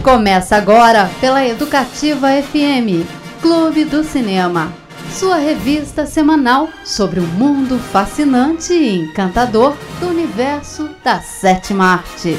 Começa agora pela Educativa FM, Clube do Cinema, sua revista semanal sobre o mundo fascinante e encantador do universo da sétima arte.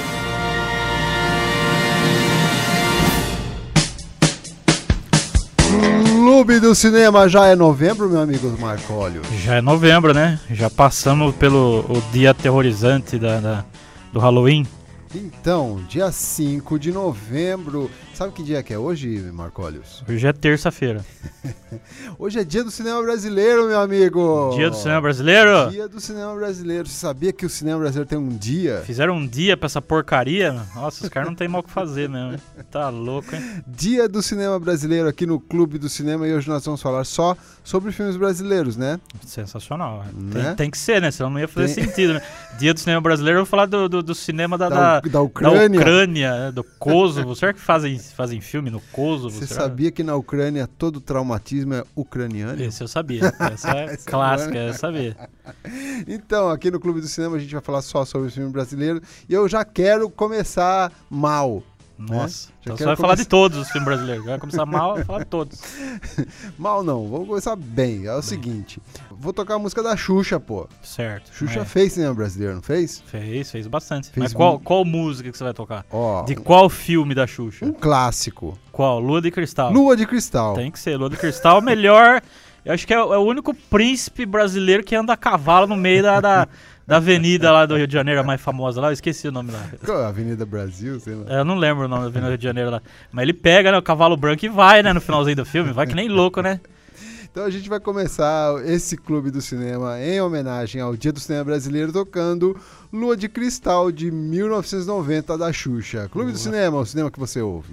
Clube do Cinema, já é novembro, meu amigo Marcólio? Já é novembro, né? Já passamos pelo o dia aterrorizante do Halloween. Então, dia 5 de novembro. Sabe que dia que é hoje, Marcólios? Hoje é terça-feira. Hoje é dia do cinema brasileiro, meu amigo. Dia do cinema brasileiro? Dia do cinema brasileiro. Você sabia que o cinema brasileiro tem um dia? Fizeram um dia pra essa porcaria? Nossa, os caras não tem mal o que fazer mesmo. Tá louco, hein? Dia do cinema brasileiro aqui no Clube do Cinema, e hoje nós vamos falar só sobre filmes brasileiros, né? Sensacional. Né? Tem que ser, né? Senão não ia fazer sentido, né? Dia do cinema brasileiro, eu vou falar do cinema da Ucrânia. Da Ucrânia, do Kosovo. Será que fazem filme no Kosovo? Você sabia que na Ucrânia todo traumatismo é ucraniano? Esse eu sabia. Essa é clássica, eu sabia. Então, aqui no Clube do Cinema a gente vai falar só sobre o filme brasileiro e eu já quero começar mal. Nossa, né? então você vai falar de todos os filmes brasileiros. Vai começar mal, vai falar de todos. Mal não, vamos começar bem. É o seguinte, vou tocar a música da Xuxa, pô. Certo. Xuxa fez cinema brasileiro, não fez? Fez bastante. Fez. Mas qual música que você vai tocar? Ó, De qual filme da Xuxa? um clássico. Qual? Lua de Cristal. Lua de Cristal. Tem que ser. Lua de Cristal, melhor. Eu acho que é o único príncipe brasileiro que anda a cavalo no meio da avenida lá do Rio de Janeiro, a mais famosa lá. Eu esqueci o nome lá. Qual? Avenida Brasil, sei lá. Eu não lembro o nome da Avenida do Rio de Janeiro lá. Mas ele pega, né, o cavalo branco e vai, né, no finalzinho do filme. Vai que nem louco, né? Então a gente vai começar esse Clube do Cinema em homenagem ao Dia do Cinema Brasileiro tocando Lua de Cristal de 1990 da Xuxa. Clube do Cinema, o cinema que você ouve.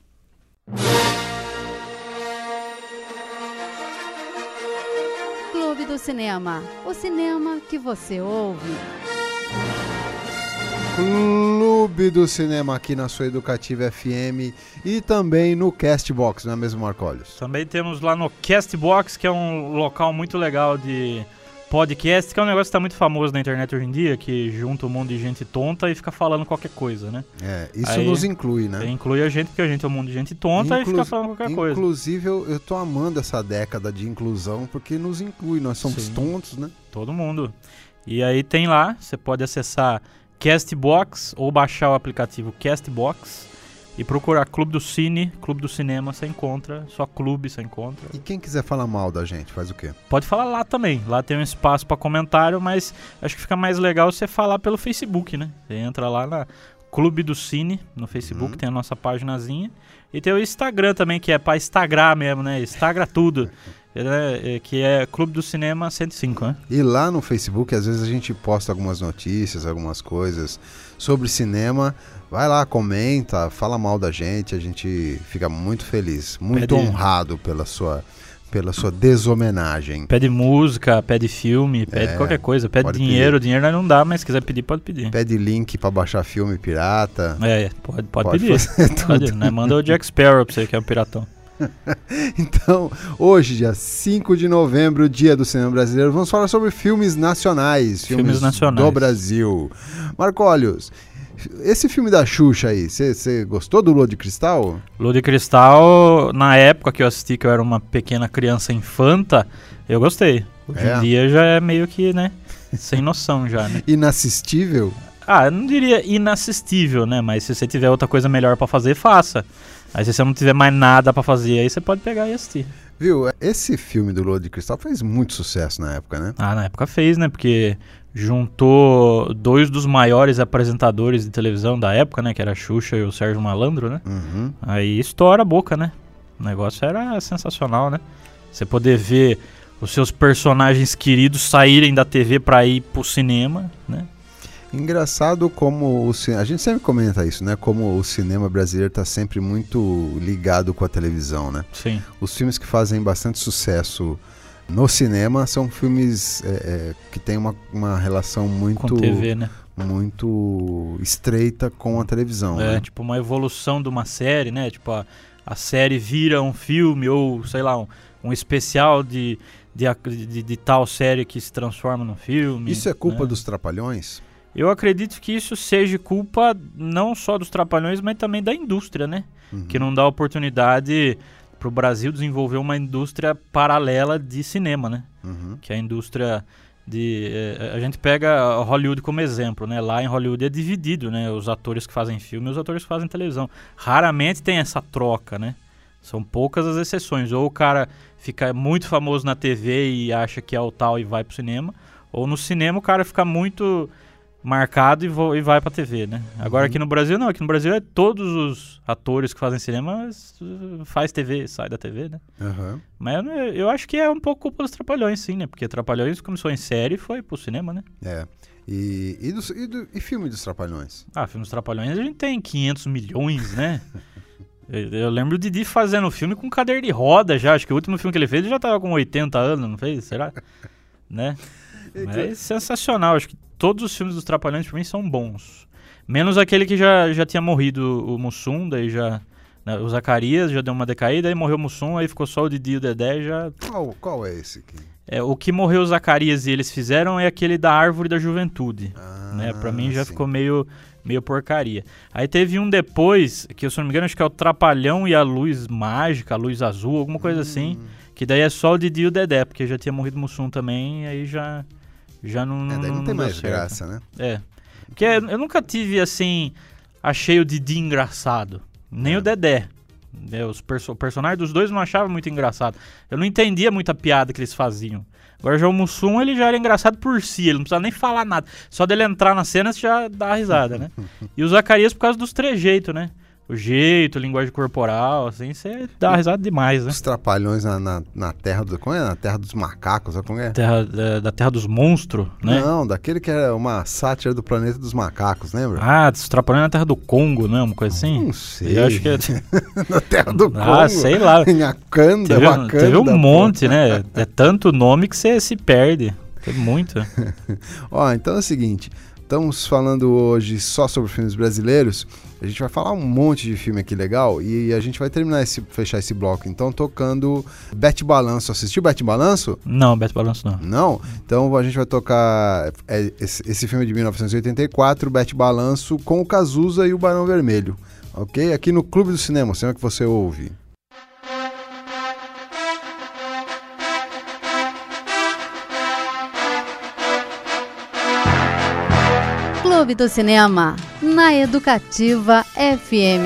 Clube do Cinema, o cinema que você ouve. Clube do Cinema aqui na sua Educativa FM e também no Castbox, não é mesmo, Marcólios? Também temos lá no Castbox, que é um local muito legal de podcast, que é um negócio que está muito famoso na internet hoje em dia, que junta um monte de gente tonta e fica falando qualquer coisa, né? É, isso Aí, nos inclui, né? Inclui a gente, porque a gente é um monte de gente tonta e fica falando qualquer coisa. Inclusive, eu tô amando essa década de inclusão, porque nos inclui, nós somos tontos, né? Todo mundo. E aí tem lá, você pode acessar Castbox ou baixar o aplicativo Castbox e procurar Clube do Cine, Clube do Cinema, você encontra, só Clube você encontra. E quem quiser falar mal da gente, faz o quê? Pode falar lá também, lá tem um espaço para comentário, mas acho que fica mais legal você falar pelo Facebook, né? Você entra lá na Clube do Cine, no Facebook, tem a nossa paginazinha, e tem o Instagram também, que é para Instagram mesmo, né? Instagram tudo. Que é Clube do Cinema 105, né? E lá no Facebook, às vezes a gente posta algumas notícias, algumas coisas sobre cinema. Vai lá, comenta, fala mal da gente, a gente fica muito feliz, muito honrado pela sua deshomenagem. Pede música, pede filme, pede qualquer coisa, pede dinheiro. Pedir. Dinheiro não dá, mas se quiser pedir, pode pedir. Pede link pra baixar filme pirata. Pode pedir. Pode, né? Manda o Jack Sparrow pra você, que é um piratão. Então, hoje, dia 5 de novembro, dia do cinema brasileiro, vamos falar sobre filmes nacionais, filmes nacionais do Brasil. Marcólios, esse filme da Xuxa aí, você gostou do Lua de Cristal? Lua de Cristal, na época que eu assisti, que eu era uma pequena criança infanta, eu gostei. Hoje em dia já é meio que, né, sem noção já, né? Inassistível? Eu não diria inassistível, né, mas se você tiver outra coisa melhor pra fazer, faça. Aí se você não tiver mais nada pra fazer, aí você pode pegar e assistir. Viu, esse filme do Lua de Cristal fez muito sucesso na época, né? Na época fez, né, porque juntou dois dos maiores apresentadores de televisão da época, né, que era a Xuxa e o Sérgio Malandro, né? Aí estoura a boca, né? O negócio era sensacional, né? Você poder ver os seus personagens queridos saírem da TV pra ir pro cinema, né? Engraçado como a gente sempre comenta isso, né? Como o cinema brasileiro está sempre muito ligado com a televisão, né? Sim. Os filmes que fazem bastante sucesso no cinema são filmes que têm uma relação muito com TV, né? Muito estreita com a televisão. Né? Tipo uma evolução de uma série, né? Tipo a série vira um filme ou sei lá um especial de tal série que se transforma num filme. Isso é culpa dos Trapalhões? Eu acredito que isso seja culpa não só dos Trapalhões, mas também da indústria, né? Que não dá oportunidade para o Brasil desenvolver uma indústria paralela de cinema, né? Que é a indústria a gente pega Hollywood como exemplo, né? Lá em Hollywood é dividido, né? Os atores que fazem filme e os atores que fazem televisão. Raramente tem essa troca, né? São poucas as exceções. Ou o cara fica muito famoso na TV e acha que é o tal e vai pro cinema, ou no cinema o cara fica muito marcado e vai pra TV, né? Agora aqui no Brasil não, aqui no Brasil é todos os atores que fazem cinema faz TV, sai da TV, né? Mas eu acho que é um pouco culpa dos Trapalhões, sim, né? Porque Trapalhões começou em série e foi pro cinema, né? E filme dos Trapalhões? Filme dos Trapalhões a gente tem 500 milhões, né? Eu lembro o Didi fazendo filme com cadeira de roda já, acho que o último filme que ele fez ele já tava com 80 anos, não fez? Será? Né? Mas é sensacional, acho que todos os filmes dos Trapalhões pra mim são bons. Menos aquele que já tinha morrido o Mussum, daí já... Né, o Zacarias já deu uma decaída, aí morreu o Mussum, aí ficou só o Didi e o Dedé já... Qual é esse aqui? O que morreu o Zacarias e eles fizeram é aquele da Árvore da Juventude. Né? Pra mim já ficou meio porcaria. Aí teve um depois, que se eu não me engano, acho que é o Trapalhão e a Luz Mágica, a Luz Azul, alguma coisa assim. Que daí é só o Didi e o Dedé, porque já tinha morrido o Mussum também, aí já não daí não tem mais certo. graça, né? Porque eu nunca tive, assim, achei o Didi engraçado, nem o Dedé. O personagem dos dois não achava muito engraçado. Eu não entendia muita piada que eles faziam. Agora já o Mussum, ele já era engraçado por si, ele não precisava nem falar nada. Só dele entrar na cena, você já dá a risada, né? E o Zacarias por causa dos trejeitos, né? O jeito, a linguagem corporal, assim, você dá risada demais, né? Os Trapalhões na terra como é? Na terra dos macacos, sabe como é? Da terra dos monstros, né? Não, daquele que era uma sátira do planeta dos macacos, lembra? Os Trapalhões na terra do Congo, né? Uma coisa assim? Não sei. Eu acho que na terra do Congo? Sei lá. Em Wakanda, teve um monte, né? É tanto nome que você se perde. Teve muito. Então é o seguinte... Estamos falando hoje só sobre filmes brasileiros. A gente vai falar um monte de filme aqui legal e a gente vai fechar esse bloco. Então, tocando Bete Balanço. Assistiu Bete Balanço? Não, Bete Balanço não. Não? Então a gente vai tocar esse filme de 1984, Bete Balanço, com o Cazuza e o Barão Vermelho. Ok? Aqui no Clube do Cinema, o cinema que você ouve. Clube do Cinema, na Educativa FM.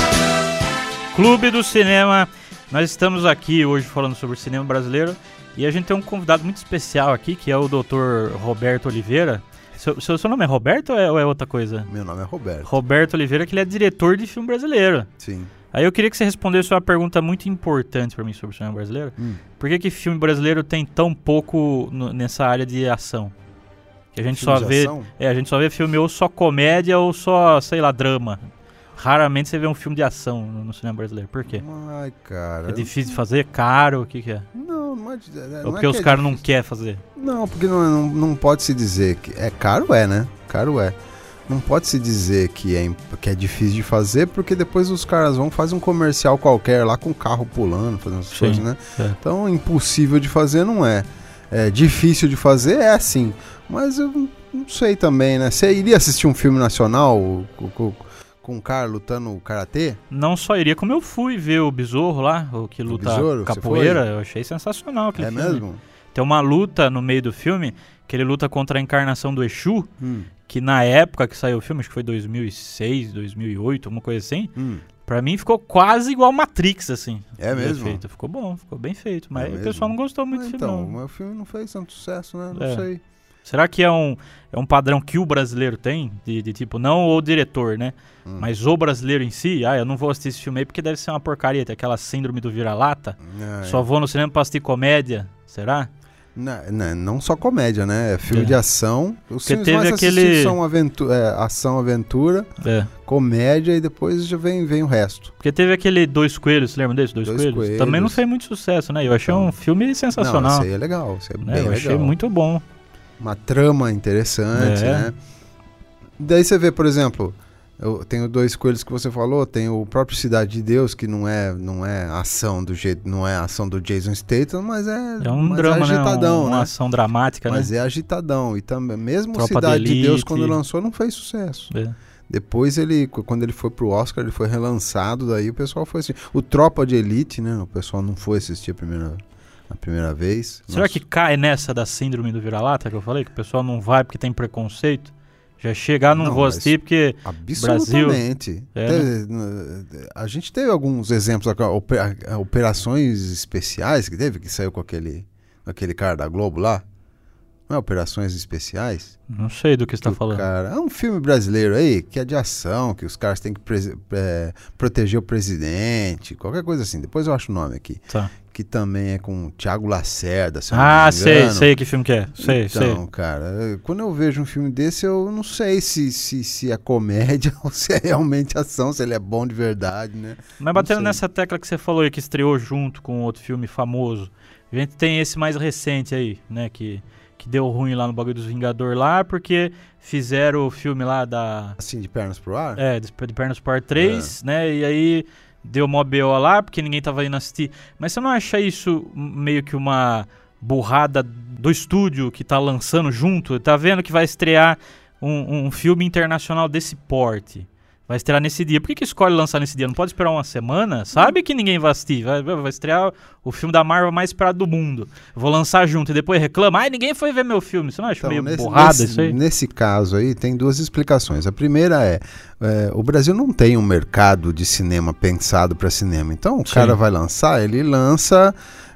Clube do Cinema, nós estamos aqui hoje falando sobre o cinema brasileiro e a gente tem um convidado muito especial aqui, que é o Dr. Roberto Oliveira. Seu nome é Roberto ou é outra coisa? Meu nome é Roberto. Roberto Oliveira, que ele é diretor de filme brasileiro. Sim. Aí eu queria que você respondesse uma pergunta muito importante para mim sobre o cinema brasileiro. Por que filme brasileiro tem tão pouco nessa área de ação? Que a gente só vê filme ou só comédia ou só, sei lá, drama. Raramente você vê um filme de ação no cinema brasileiro. Por quê? Ai, cara. É difícil de fazer? Caro? O que é? Não ou porque os caras não querem fazer? Não, porque não pode se dizer que... Caro né? Caro é. Não pode se dizer que é difícil de fazer, porque depois os caras vão fazer um comercial qualquer lá com o carro pulando, fazendo essas coisas, né? Então, impossível de fazer não é. É difícil de fazer, sim. Mas eu não sei também, né? Você iria assistir um filme nacional com um cara lutando karatê? Não só iria, como eu fui ver o Besouro lá, o que luta capoeira. Eu achei sensacional aquele filme. Mesmo? Tem uma luta no meio do filme, que ele luta contra a encarnação do Exu, que na época que saiu o filme, acho que foi 2006, 2008, uma coisa assim, pra mim ficou quase igual Matrix, assim. É mesmo? Feito. Ficou bom, ficou bem feito, mas o pessoal não gostou muito do filme, não. Então, o filme não fez tanto sucesso, né? Não sei. Será que é um padrão que o brasileiro tem? De tipo, não o diretor, né? Mas o brasileiro em si? Eu não vou assistir esse filme aí porque deve ser uma porcaria. Tem aquela síndrome do vira-lata. Só vou no cinema pra assistir comédia. Será? Não só comédia, né? É filme de ação. Os filmes teve mais são ação, aventura, comédia e depois já vem o resto. Porque teve aquele Dois Coelhos, você lembra desse? Dois Coelhos? Também não fez muito sucesso, né? Eu achei um filme sensacional. Não, esse aí é legal. Esse é bem legal. Eu achei muito bom. Uma trama interessante, né? Daí você vê, por exemplo, Eu tenho dois coelhos que você falou, tem o próprio Cidade de Deus, que não é ação do jeito, não é ação do Jason Statham, mas é um drama, agitadão, né? Uma ação dramática, mas né? é agitadão. E também, mesmo Tropa Cidade de de Deus, Elite. quando lançou, não fez sucesso. É. Depois quando ele foi pro Oscar, ele foi relançado, daí o pessoal foi assistir. O Tropa de Elite, né? O pessoal não foi assistir a primeira vez. Será que cai nessa da síndrome do vira-lata que eu falei? Que o pessoal não vai porque tem preconceito? Já chegar, não vou assistir porque absolutamente. Brasil... A gente teve alguns exemplos, operações especiais que saiu com aquele cara da Globo lá. Não é Operações Especiais? Não sei do que você está falando. Cara, é um filme brasileiro aí, que é de ação, que os caras têm que proteger o presidente, qualquer coisa assim. Depois eu acho o nome aqui. Tá. Que também é com o Thiago Lacerda. Sei que filme que é. Sei. Cara, quando eu vejo um filme desse, eu não sei se é comédia ou se é realmente ação, se ele é bom de verdade, né? Mas batendo nessa tecla que você falou aí, que estreou junto com outro filme famoso, a gente tem esse mais recente aí, né, que deu ruim lá no bagulho dos Vingadores lá, porque fizeram o filme lá da... Assim, de Pernas pro Ar? De Pernas pro Ar 3, né, e aí deu mó BO lá, porque ninguém tava indo assistir. Mas você não acha isso meio que uma burrada do estúdio que tá lançando junto? Tá vendo que vai estrear um filme internacional desse porte? Vai estrear nesse dia. Por que escolhe lançar nesse dia? Não pode esperar uma semana? Sabe que ninguém vai assistir. Vai estrear o filme da Marvel mais esperado do mundo. Vou lançar junto e depois reclama. Ninguém foi ver meu filme. Você não acha meio burrada isso aí? Nesse caso aí, tem duas explicações. A primeira o Brasil não tem um mercado de cinema pensado para cinema. Então, o cara vai lançar, ele lança...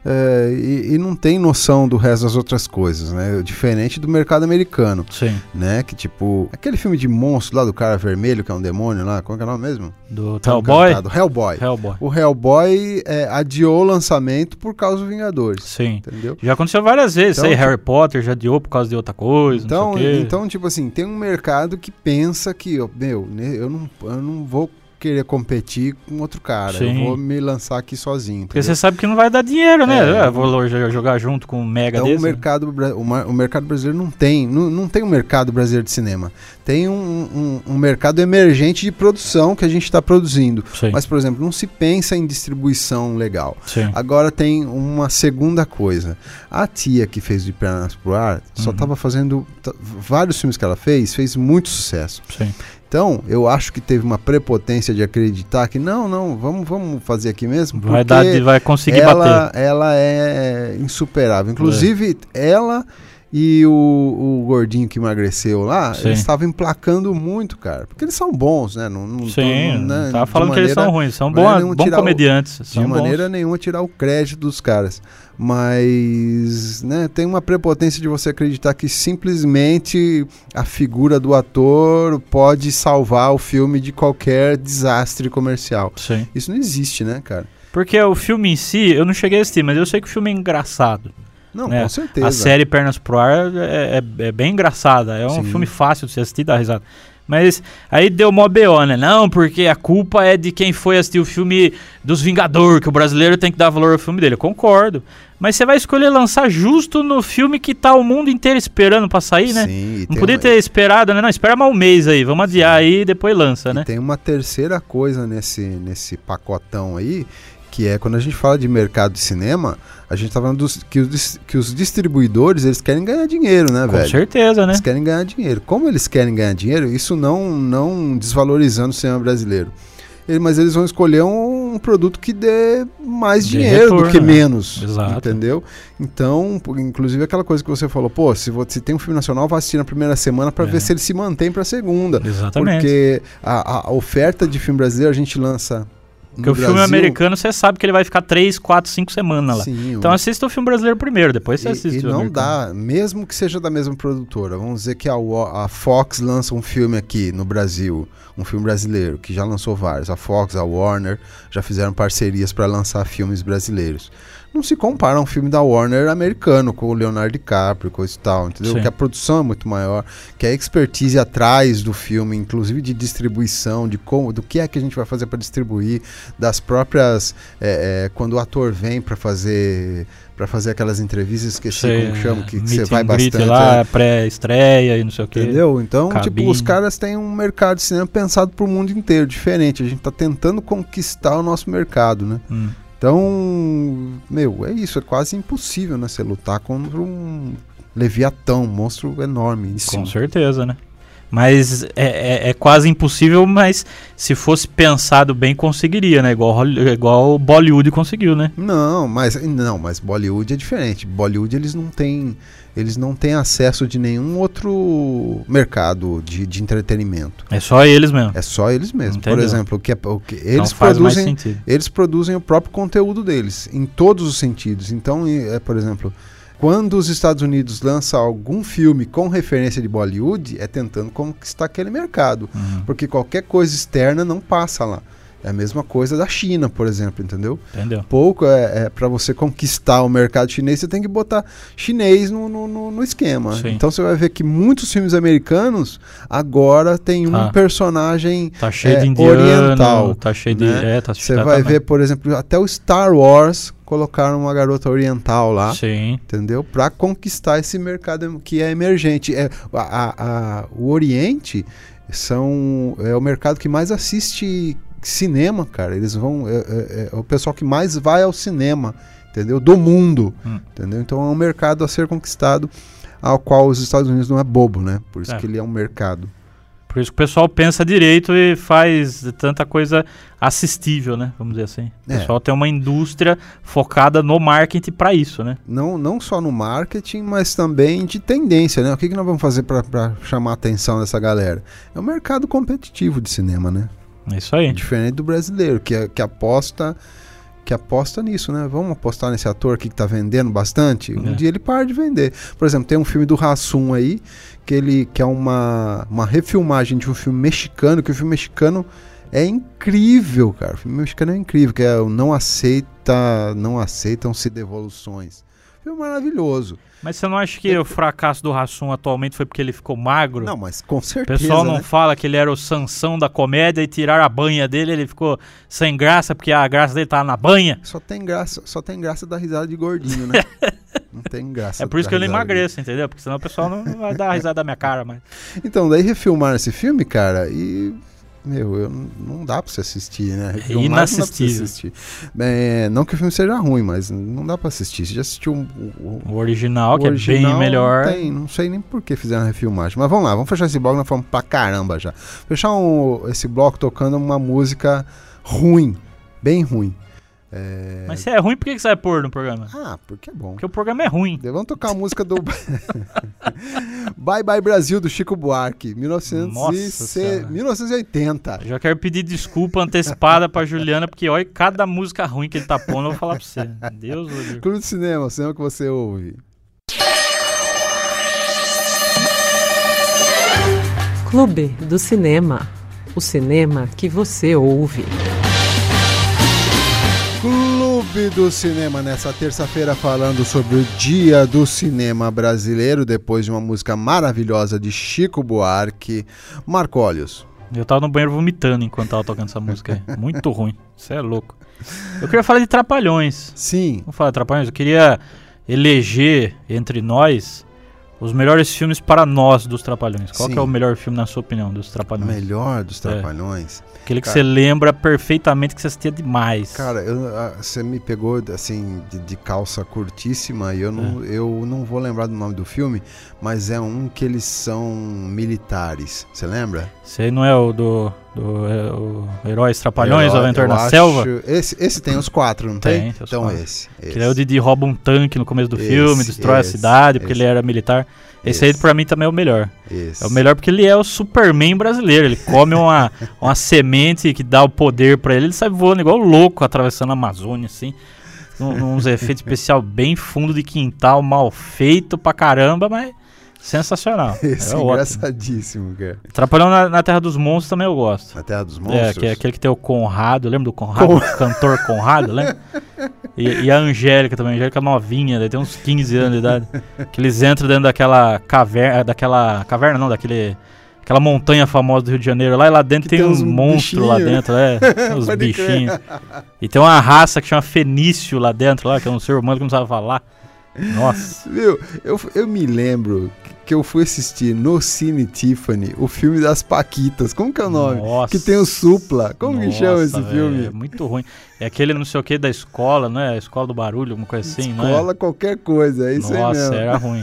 e não tem noção do resto das outras coisas, né? Diferente do mercado americano. Sim. Né? Que tipo, aquele filme de monstro lá do cara vermelho, que é um demônio lá, qual que é o nome mesmo? Do Hellboy? Hellboy. O Hellboy adiou o lançamento por causa dos Vingadores. Sim. Entendeu? Já aconteceu várias vezes. Então, Harry Potter já adiou por causa de outra coisa. Então, tipo assim, tem um mercado que pensa que, eu não vou querer competir com outro cara. Sim. Eu vou me lançar aqui sozinho. Porque você sabe que não vai dar dinheiro, né? Vou jogar junto com um mega então, desse. O mercado brasileiro não tem um mercado brasileiro de cinema. Tem um mercado emergente de produção que a gente está produzindo. Sim. Mas, por exemplo, não se pensa em distribuição legal. Sim. Agora tem uma segunda coisa. A tia que fez De Pernas pro Ar só estava fazendo... Vários filmes que ela fez muito sucesso. Sim. Então, eu acho que teve uma prepotência de acreditar que vamos fazer aqui mesmo. Vai conseguir bater. Ela é insuperável. Inclusive, ela e o gordinho que emagreceu lá, eles estavam emplacando muito, cara. Porque eles são bons, né? Não tava falando que eles são ruins. São bons comediantes. De maneira nenhuma tirar o crédito dos caras. Mas, né, tem uma prepotência de você acreditar que simplesmente a figura do ator pode salvar o filme de qualquer desastre comercial. Sim. Isso não existe, né, cara? Porque o filme em si, eu não cheguei a assistir, mas eu sei que o filme é engraçado. Não, né? Com certeza. A série Pernas pro Ar é bem engraçada. É um filme fácil de você assistir e dar risada. Mas aí deu mó BO, né? Não, porque a culpa é de quem foi assistir o filme dos Vingadores, que o brasileiro tem que dar valor ao filme dele. Eu concordo. Mas você vai escolher lançar justo no filme que tá o mundo inteiro esperando pra sair, né? Sim, não podia ter esperado, né? Não, espera mais um mês aí, vamos adiar aí e depois lança, né? Tem uma terceira coisa nesse pacotão aí, que é quando a gente fala de mercado de cinema, a gente tá falando que os distribuidores, eles querem ganhar dinheiro, né, velho? Com certeza, né? Eles querem ganhar dinheiro. Como eles querem ganhar dinheiro, isso não desvalorizando o cinema brasileiro. Mas eles vão escolher um produto que dê mais dinheiro do que menos. Exato. Entendeu? Então, inclusive aquela coisa que você falou, se tem um filme nacional, vai assistir na primeira semana para ver se ele se mantém para a segunda. Exatamente. Porque a oferta de filme brasileiro a gente lança... Porque o filme americano, você sabe que ele vai ficar 3, 4, 5 semanas lá. Sim, então assista o filme brasileiro primeiro, depois você assiste o não americano. Dá, mesmo que seja da mesma produtora. Vamos dizer que a Fox lança um filme aqui no Brasil, um filme brasileiro, que já lançou vários. A Fox, a Warner, já fizeram parcerias para lançar filmes brasileiros. Não se compara a um filme da Warner americano, com o Leonardo DiCaprio, coisa e tal, entendeu? Sim. Que a produção é muito maior, que a expertise atrás do filme, inclusive de distribuição, do que é que a gente vai fazer para distribuir, das próprias... quando o ator vem para fazer fazer aquelas entrevistas que como chama, que você vai bastante. Lá, pré-estreia que você vai bastante. Lá, pré-estreia e não sei o que. Entendeu? Então, tipo, os caras têm um mercado de cinema pensado pro mundo inteiro, diferente. A gente tá tentando conquistar o nosso mercado, né? Então, é isso, é quase impossível, né? Você lutar contra um Leviatão, um monstro enorme. Com certeza, né? Mas é quase impossível, mas se fosse pensado bem, conseguiria, né? Igual Bollywood conseguiu, né? Não, mas Bollywood é diferente. Bollywood eles não têm acesso de nenhum outro mercado de entretenimento. É só eles mesmo. É só eles mesmos. Entendeu? Por exemplo, eles produzem o próprio conteúdo deles, em todos os sentidos. Então, por exemplo, quando os Estados Unidos lançam algum filme com referência de Bollywood, é tentando conquistar aquele mercado. Porque qualquer coisa externa não passa lá. É a mesma coisa da China, por exemplo, entendeu? Pouco para você conquistar o mercado chinês, você tem que botar chinês no esquema. Sim. Então você vai ver que muitos filmes americanos agora tem um personagem cheio de indiano, oriental. Tá cheio de... Né? Você vai ver, por exemplo, até o Star Wars colocaram uma garota oriental lá, entendeu? Para conquistar esse mercado que é emergente. O Oriente é o mercado que mais assiste cinema, cara. Eles vão é o pessoal que mais vai ao cinema, entendeu? Do mundo, entendeu? Então é um mercado a ser conquistado, ao qual os Estados Unidos não é bobo, né? Por isso que ele é um mercado. Por isso que o pessoal pensa direito e faz tanta coisa assistível, né? Vamos dizer assim. O pessoal tem uma indústria focada no marketing para isso, né? Não só no marketing, mas também de tendência, né? O que nós vamos fazer para chamar a atenção dessa galera? É um mercado competitivo de cinema, né? É isso aí. Diferente do brasileiro, que aposta nisso, né? Vamos apostar nesse ator aqui que tá vendendo bastante? Um dia ele para de vender. Por exemplo, tem um filme do Hassum aí, que é uma refilmagem de um filme mexicano, que o filme mexicano é incrível, cara. O filme mexicano é incrível, que é o Não Aceitam-se Devoluções. Filme maravilhoso. Mas você não acha que o fracasso do Hassum atualmente foi porque ele ficou magro? Não, mas com certeza. O pessoal não fala que ele era o Sansão da comédia e tiraram a banha dele, ele ficou sem graça porque a graça dele tava na banha? Só tem graça dar risada de gordinho, né? Não tem graça. É por isso que eu não emagreço, entendeu? Porque senão o pessoal não vai dar risada da minha cara, mas... Então, daí refilmaram esse filme, cara, e... não dá pra você assistir, né? Inassistível. Não que o filme seja ruim, mas não dá pra assistir. Você já assistiu o original, que é bem melhor. Não sei nem por que fizeram a refilmagem. Mas vamos lá, vamos fechar esse bloco, nós falamos pra caramba já. Fechar esse bloco tocando uma música ruim, bem ruim. Mas se é ruim, por que você vai pôr no programa? Porque é bom. Porque o programa é ruim. Vamos tocar a música do Bye Bye Brasil, do Chico Buarque, 1980. Já quero pedir desculpa antecipada pra Juliana, porque olha cada música ruim que ele tá pondo, eu vou falar pra você. Deus, Deus. Clube do Cinema, o cinema que você ouve. Clube do Cinema, o cinema que você ouve. Clube do Cinema, nessa terça-feira, falando sobre o Dia do Cinema Brasileiro, depois de uma música maravilhosa de Chico Buarque. Marcólios. Eu tava no banheiro vomitando enquanto tava tocando essa música aí. Muito ruim, você é louco. Eu queria falar de Trapalhões. Sim. Vamos falar de Trapalhões? Eu queria eleger entre nós os melhores filmes para nós dos Trapalhões. Qual que é o melhor filme, na sua opinião, dos Trapalhões? O melhor dos Trapalhões? Aquele que você lembra perfeitamente que você assistia demais. Cara, você me pegou assim de calça curtíssima e eu não vou lembrar do nome do filme, mas é um que eles são militares. Você lembra? Esse aí não é o do Heróis Trapalhões, o Aventura na Selva? Esse tem os 4, não tem? Então 4. esse. Que é o Didi rouba um tanque no começo do filme, destrói a cidade porque ele era militar. Esse aí pra mim também é o melhor. É o melhor porque ele é o Superman brasileiro. Ele come uma semente que dá o poder pra ele sai voando igual louco, atravessando a Amazônia, assim. Uns efeitos especiais bem fundo de quintal, mal feito pra caramba, mas sensacional. Esse é engraçadíssimo, cara. Trapalhão na Terra dos Monstros também eu gosto. Na Terra dos Monstros? Que é aquele que tem o Conrado, lembra do Conrado? O cantor Conrado, lembra? E a Angélica também, a Angélica novinha, daí tem uns 15 anos de idade. Que eles entram dentro daquela caverna, daquela aquela montanha famosa do Rio de Janeiro lá dentro tem um monstro lá dentro, os bichinhos. E tem uma raça que chama fenício lá dentro, lá, que é um ser humano que não sabe falar. Nossa. Viu, eu me lembro que eu fui assistir no Cine Tiffany o filme das Paquitas. Como que é o nome? Nossa. Que tem o Supla. Como que chama esse filme? É muito ruim. É aquele não sei o que da escola, não é? A escola do barulho, alguma coisa assim, não é? Escola qualquer coisa, é isso aí mesmo. Nossa, era ruim.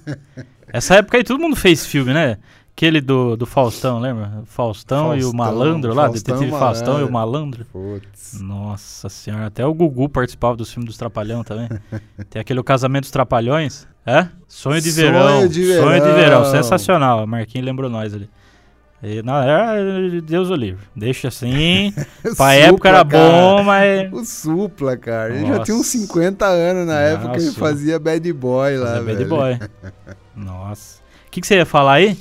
Essa época aí todo mundo fez filme, né? Aquele do Faustão, lembra? Faustão e o Malandro lá, Detetive Faustão e o Malandro. Putz. Nossa senhora, até o Gugu participava dos filmes dos Trapalhão também. Tem aquele O Casamento dos Trapalhões, Sonho de Verão. Sonho de Verão, sensacional. Marquinhos lembrou nós ali. E, Deus o livre. Deixa assim. Pra época era bom, mas. O Supla, cara. Ele já tinha uns 50 anos na época que ele fazia Bad Boy lá. Bad Boy. Nossa. O que você ia falar aí?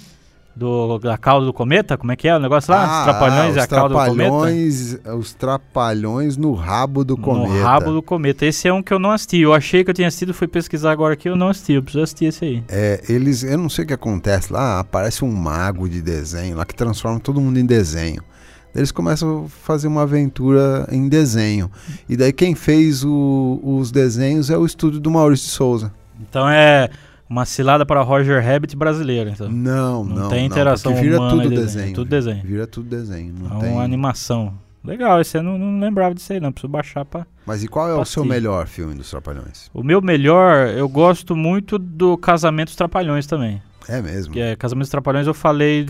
Da cauda do cometa? Como é que é o negócio lá? Os Trapalhões e a cauda do cometa? Os Trapalhões no rabo do cometa. No rabo do cometa. Esse é um que eu não assisti. Eu achei que eu tinha assistido, fui pesquisar agora aqui, eu não assisti. Eu preciso assistir esse aí. Eu não sei o que acontece lá, aparece um mago de desenho lá que transforma todo mundo em desenho. Eles começam a fazer uma aventura em desenho. E daí quem fez os desenhos é o estúdio do Maurício de Souza. Então é uma cilada para Roger Rabbit brasileiro, então. Não tem interação vira humana. Tudo desenho. Tudo desenho. Vira tudo desenho. Não tem uma animação. Legal, esse eu não lembrava disso aí, não. Preciso baixar pra... Mas e qual é o seu melhor filme dos Trapalhões? O meu melhor, eu gosto muito do Casamento dos Trapalhões também. É mesmo? Casamento dos Trapalhões eu falei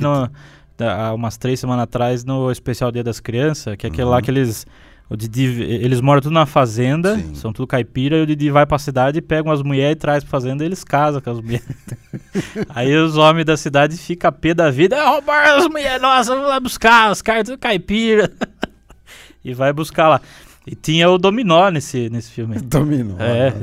há umas 3 semanas atrás no especial Dia das Crianças, que é aquele lá que o Didi, eles moram tudo na fazenda, sim, são tudo caipira, e o Didi vai pra cidade e pega umas mulheres e traz pra fazenda e eles casam com as mulheres. Aí os homens da cidade ficam a pé da vida, roubaram as mulheres, nossa, vamos lá buscar, os caras tudo caipira. E vai buscar lá. E tinha o Dominó nesse filme. Dominó.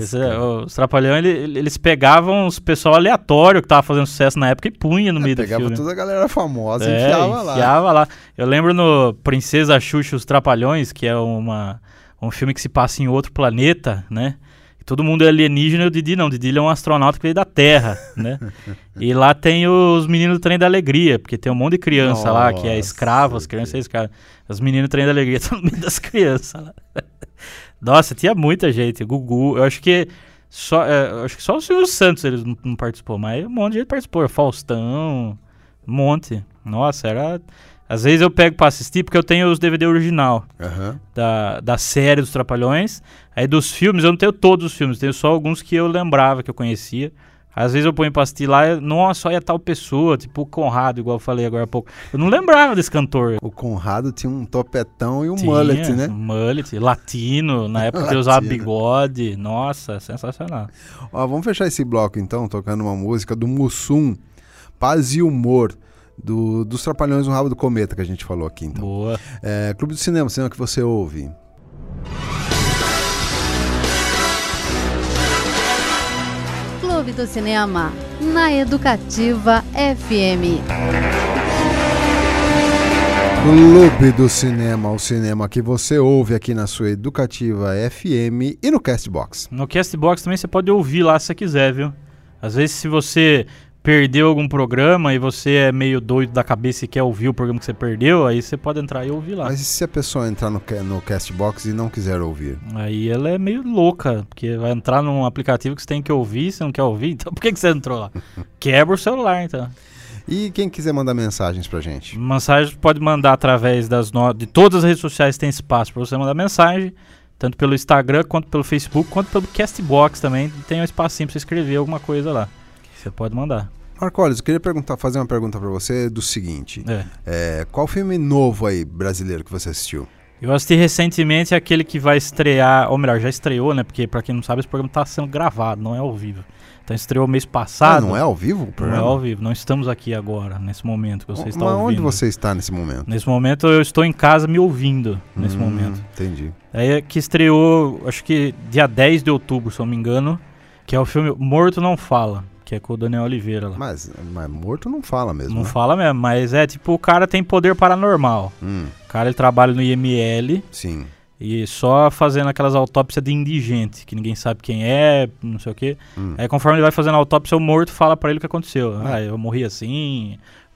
Os Trapalhões, eles pegavam os pessoal aleatório que tava fazendo sucesso na época e punha no meio do filme. Pegava toda a galera famosa e enfiava lá. Eu lembro no Princesa Xuxa e os Trapalhões, que é um filme que se passa em outro planeta, né? Todo mundo é alienígena e o Didi não. O Didi é um astronauta que veio da Terra, né? E lá tem os meninos do Trem da Alegria, porque tem um monte de criança lá que é escravo, as crianças são escravas. Os meninos do Trem da Alegria estão no meio das crianças lá. Nossa, tinha muita gente. Gugu, eu acho que só o Silvio Santos eles não participou, mas um monte de gente participou. Faustão, um monte. Nossa, era... Às vezes eu pego pra assistir porque eu tenho os DVD original da série dos Trapalhões. Aí dos filmes, eu não tenho todos os filmes, tenho só alguns que eu lembrava, que eu conhecia. Às vezes eu ponho pra assistir lá, nossa, olha tal pessoa, tipo o Conrado, igual eu falei agora há pouco. Eu não lembrava desse cantor. O Conrado tinha um topetão e um mullet, né? Mullet, latino, na época que ele usava bigode. Nossa, sensacional. Vamos fechar esse bloco então, tocando uma música do Mussum, Paz e Humor. Dos Trapalhões no Rabo do Cometa que a gente falou aqui, então. Boa. Clube do Cinema que você ouve. Clube do Cinema, na Educativa FM. Clube do Cinema, o cinema que você ouve aqui na sua Educativa FM e no Castbox. No Castbox também você pode ouvir lá se você quiser, viu? Às vezes se você perdeu algum programa e você é meio doido da cabeça e quer ouvir o programa que você perdeu, aí você pode entrar e ouvir lá. Mas e se a pessoa entrar no Castbox e não quiser ouvir? Aí ela é meio louca, porque vai entrar num aplicativo que você tem que ouvir, você não quer ouvir, então por que você entrou lá? Quebra o celular, então. E quem quiser mandar mensagens pra gente? Mensagem pode mandar através de todas as redes sociais, tem espaço pra você mandar mensagem, tanto pelo Instagram, quanto pelo Facebook, quanto pelo Castbox também, tem um espacinho pra você escrever alguma coisa lá. Você pode mandar. Marcolis, eu queria fazer uma pergunta pra você do seguinte. Qual filme novo aí, brasileiro, que você assistiu? Eu assisti recentemente aquele que vai estrear, ou melhor, já estreou, né? Porque pra quem não sabe, esse programa tá sendo gravado, não é ao vivo. Então estreou mês passado. Não é ao vivo o programa? Não é ao vivo, não estamos aqui agora, nesse momento que você está ouvindo. Mas onde você está nesse momento? Nesse momento eu estou em casa me ouvindo, nesse momento. Entendi. É que estreou, acho que dia 10 de outubro, se eu não me engano, que é o filme Morto Não Fala. Que é com o Daniel Oliveira lá. Mas morto não fala mesmo, Não fala mesmo, mas é tipo, o cara tem poder paranormal. O cara, ele trabalha no IML. Sim. E só fazendo aquelas autópsias de indigente, que ninguém sabe quem é, não sei o quê. Aí conforme ele vai fazendo a autópsia, o morto fala pra ele o que aconteceu. Eu morri assim,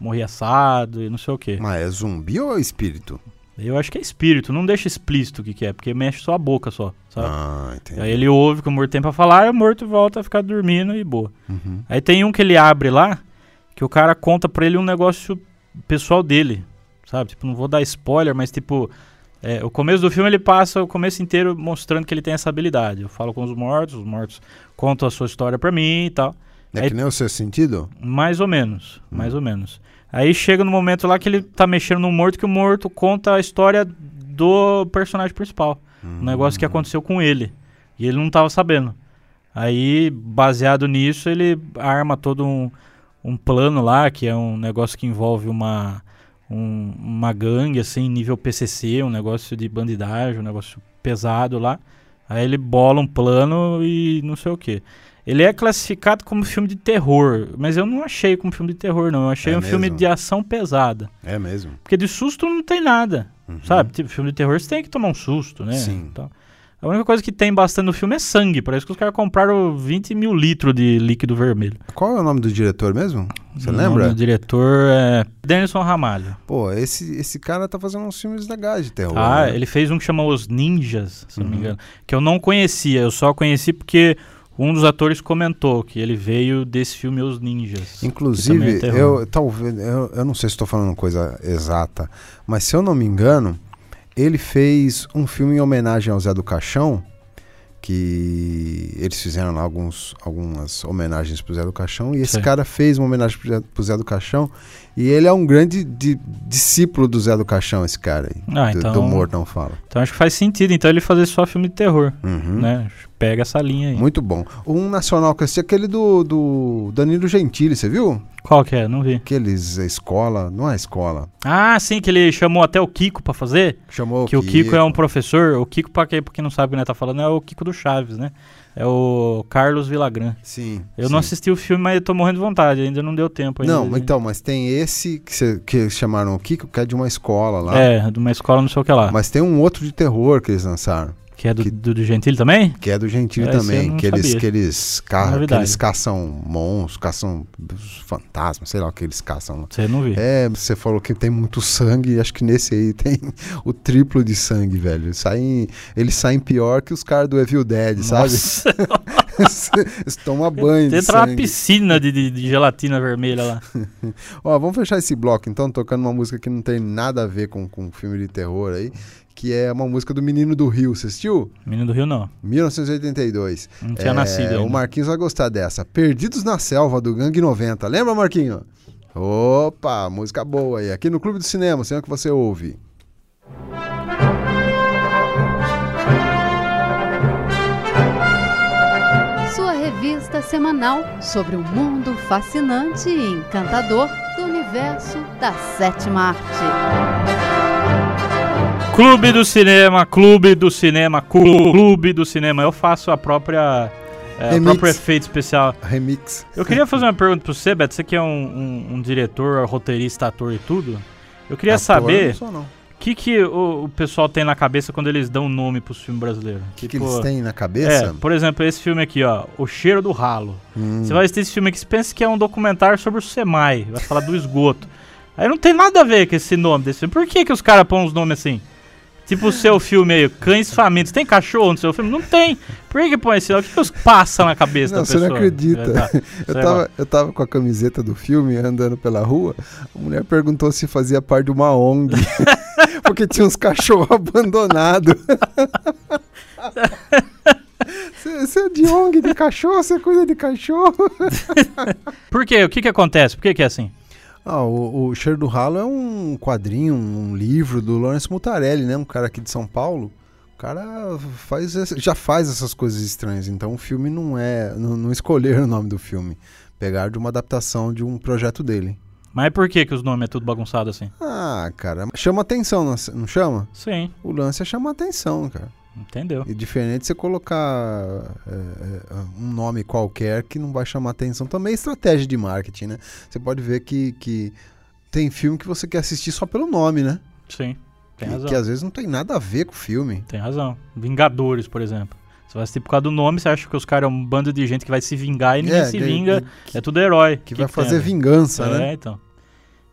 morria assado e não sei o quê. Mas é zumbi ou é espírito? Eu acho que é espírito, não deixa explícito o que é, porque mexe só a boca só, sabe? Entendi. Aí ele ouve que o morto tem pra falar, e o morto volta a ficar dormindo e boa. Aí tem um que ele abre lá, que o cara conta pra ele um negócio pessoal dele, sabe? Tipo, não vou dar spoiler, mas tipo, o começo do filme ele passa o começo inteiro mostrando que ele tem essa habilidade. Eu falo com os mortos contam a sua história pra mim e tal. É que nem o Sexto Sentido? Mais ou menos. Aí chega no momento lá que ele tá mexendo no morto, que o morto conta a história do personagem principal. Um negócio que aconteceu com ele. E ele não tava sabendo. Aí, baseado nisso, ele arma todo um plano lá, que é um negócio que envolve uma gangue, assim, nível PCC, um negócio de bandidagem, um negócio pesado lá. Aí ele bola um plano e não sei o quê. Ele é classificado como filme de terror, mas eu não achei como filme de terror, não. Eu achei filme de ação pesada. É mesmo? Porque de susto não tem nada, sabe? Tipo, filme de terror você tem que tomar um susto, né? Sim. Então, a única coisa que tem bastante no filme é sangue. Parece que os caras compraram 20 mil litros de líquido vermelho. Qual é o nome do diretor mesmo? Você lembra? O nome do diretor é Denison Ramalho. Pô, esse cara tá fazendo uns filmes legais de terror. Né? Ele fez um que chama Os Ninjas, se não me engano. Que eu não conhecia, eu só conheci porque um dos atores comentou que ele veio desse filme Os Ninjas. Inclusive, eu não sei se estou falando coisa exata, mas se eu não me engano, ele fez um filme em homenagem ao Zé do Caixão, que eles fizeram lá algumas homenagens pro Zé do Caixão, e esse cara fez uma homenagem pro Zé do Caixão, e ele é um grande discípulo do Zé do Caixão, esse cara aí, do Morto Não Fala. Então acho que faz sentido, então ele fazer só filme de terror, né? Pega essa linha aí. Muito bom. Um nacional que eu assisti, aquele do Danilo Gentili, você viu? Qual que é? Não vi. Aqueles, escola, não é escola. Ah, sim, que ele chamou até o Kiko pra fazer. Chamou que o Kiko é um professor. O Kiko, pra quem não sabe o que nós tá falando, é o Kiko do Chaves, né? É o Carlos Villagrán. Sim. Eu não assisti o filme, mas eu tô morrendo de vontade. Ainda não deu tempo. Ainda. Não, então, mas tem esse que chamaram o Kiko, que é de uma escola lá. É, de uma escola não sei o que lá. Mas tem um outro de terror que eles lançaram. Que é do Gentili também? Que é do Gentili também. Que eles caçam monstros, caçam fantasmas, sei lá o que eles caçam. Você não viu? Você falou que tem muito sangue, acho que nesse aí tem o triplo de sangue, velho. Eles saem pior que os caras do Evil Dead, sabe? Eles tomam banho de entra sangue. uma piscina de gelatina vermelha lá. Ó, vamos fechar esse bloco então, tocando uma música que não tem nada a ver com filme de terror aí, que é uma música do Menino do Rio. Você assistiu? Menino do Rio, não. 1982. Não tinha nascido ainda. O Marquinhos vai gostar dessa. Perdidos na Selva, do Gangue 90. Lembra, Marquinhos? Opa, música boa aí. Aqui no Clube do Cinema, sei o que você ouve. Sua revista semanal sobre o mundo fascinante e encantador do universo da sétima arte. Clube do Cinema, Clube do Cinema, Clube do Cinema. Eu faço a própria o próprio efeito especial. Remix. Eu queria fazer uma pergunta pra você, Beto. Você que é um diretor, roteirista, ator e tudo. Eu queria saber o que o pessoal tem na cabeça quando eles dão nome pros filmes brasileiros. O que eles têm na cabeça? Por exemplo, esse filme aqui, ó, O Cheiro do Ralo. Você vai assistir esse filme aqui, você pensa que é um documentário sobre o SEMAI, vai falar do esgoto. Aí não tem nada a ver com esse nome desse filme. Por que os caras põem uns nomes assim? Tipo o seu filme aí, Cães Famintos. Tem cachorro no seu filme? Não tem. Por que põe esse nome? O que passa na cabeça da pessoa? Você não acredita. Eu tava com a camiseta do filme, andando pela rua. A mulher perguntou se fazia parte de uma ONG. Porque tinha uns cachorros abandonados. Você é de ONG de cachorro? Você cuida de cachorro? Por quê? O que acontece? Por que é assim? O Cheiro do Ralo é um quadrinho, um livro do Lourenço Mutarelli, né? Um cara aqui de São Paulo. O cara já faz essas coisas estranhas. Então o filme não escolheram o nome do filme. Pegaram de uma adaptação de um projeto dele. Mas por que os nomes é tudo bagunçado assim? Cara, chama atenção, não chama? Sim. O lance é chamar atenção, cara. Entendeu? E diferente de você colocar um nome qualquer que não vai chamar atenção. Também é estratégia de marketing, né? Você pode ver que tem filme que você quer assistir só pelo nome, né? Sim, tem razão. Que às vezes não tem nada a ver com o filme. Tem razão. Vingadores, por exemplo. Você vai assistir por causa do nome, você acha que os caras é um bando de gente que vai se vingar e ninguém se vinga. É tudo herói. Que vai fazer vingança, né? Então.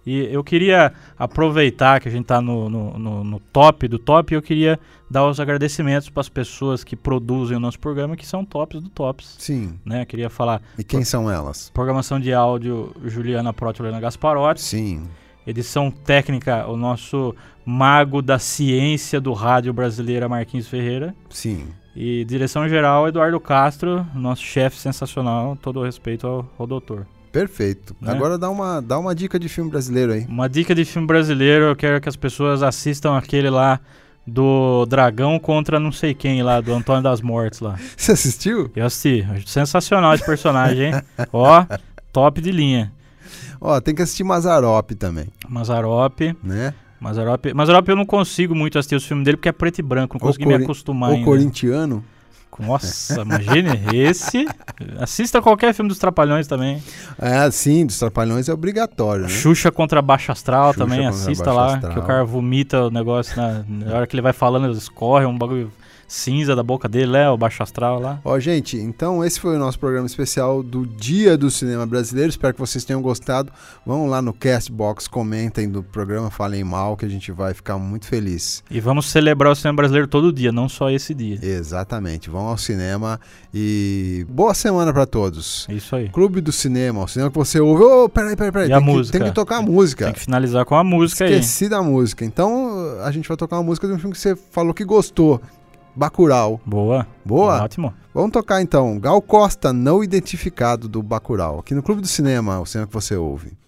E eu queria aproveitar que a gente está no top do top, e eu queria dar os agradecimentos para as pessoas que produzem o nosso programa, que são tops do tops. Sim. Né? Eu queria falar... E quem são elas? Programação de áudio, Juliana Protti e Helena Gasparotti. Sim. Edição técnica, o nosso mago da ciência do rádio brasileira, Marquinhos Ferreira. Sim. E direção geral, Eduardo Castro, nosso chefe sensacional, todo o respeito ao doutor. Perfeito. Né? Agora dá uma dica de filme brasileiro aí. Uma dica de filme brasileiro, eu quero que as pessoas assistam aquele lá do Dragão contra não sei quem lá, do Antônio das Mortes lá. Você assistiu? Eu assisti. Sensacional esse personagem, hein? Ó, top de linha. Ó, tem que assistir Mazzaropi também. Mazzaropi. Né? Mazzaropi eu não consigo muito assistir os filmes dele porque é preto e branco, não consegui me acostumar ainda. O Corintiano. Nossa, imagine esse. Assista qualquer filme dos Trapalhões também. Sim, dos Trapalhões é obrigatório, né? Xuxa contra Baixa Astral também, assista lá, Astral. Que o cara vomita o negócio na hora que ele vai falando, escorre um bagulho cinza da boca dele, o Baixo Astral lá. Ó, gente, então esse foi o nosso programa especial do Dia do Cinema Brasileiro. Espero que vocês tenham gostado. Vão lá no Castbox, comentem do programa, falem mal, que a gente vai ficar muito feliz. E vamos celebrar o cinema brasileiro todo dia, não só esse dia. Exatamente. Vão ao cinema e boa semana pra todos. Isso aí. Clube do Cinema, o cinema que você ouve. Ô, peraí. E a música? Tem que tocar a música. Tem que finalizar com a música. Esqueci da música. Então a gente vai tocar uma música de um filme que você falou que gostou. Bacurau. Boa. Ótimo. Vamos tocar então Gal Costa, Não Identificado, do Bacurau, aqui no Clube do Cinema, o cinema que você ouve.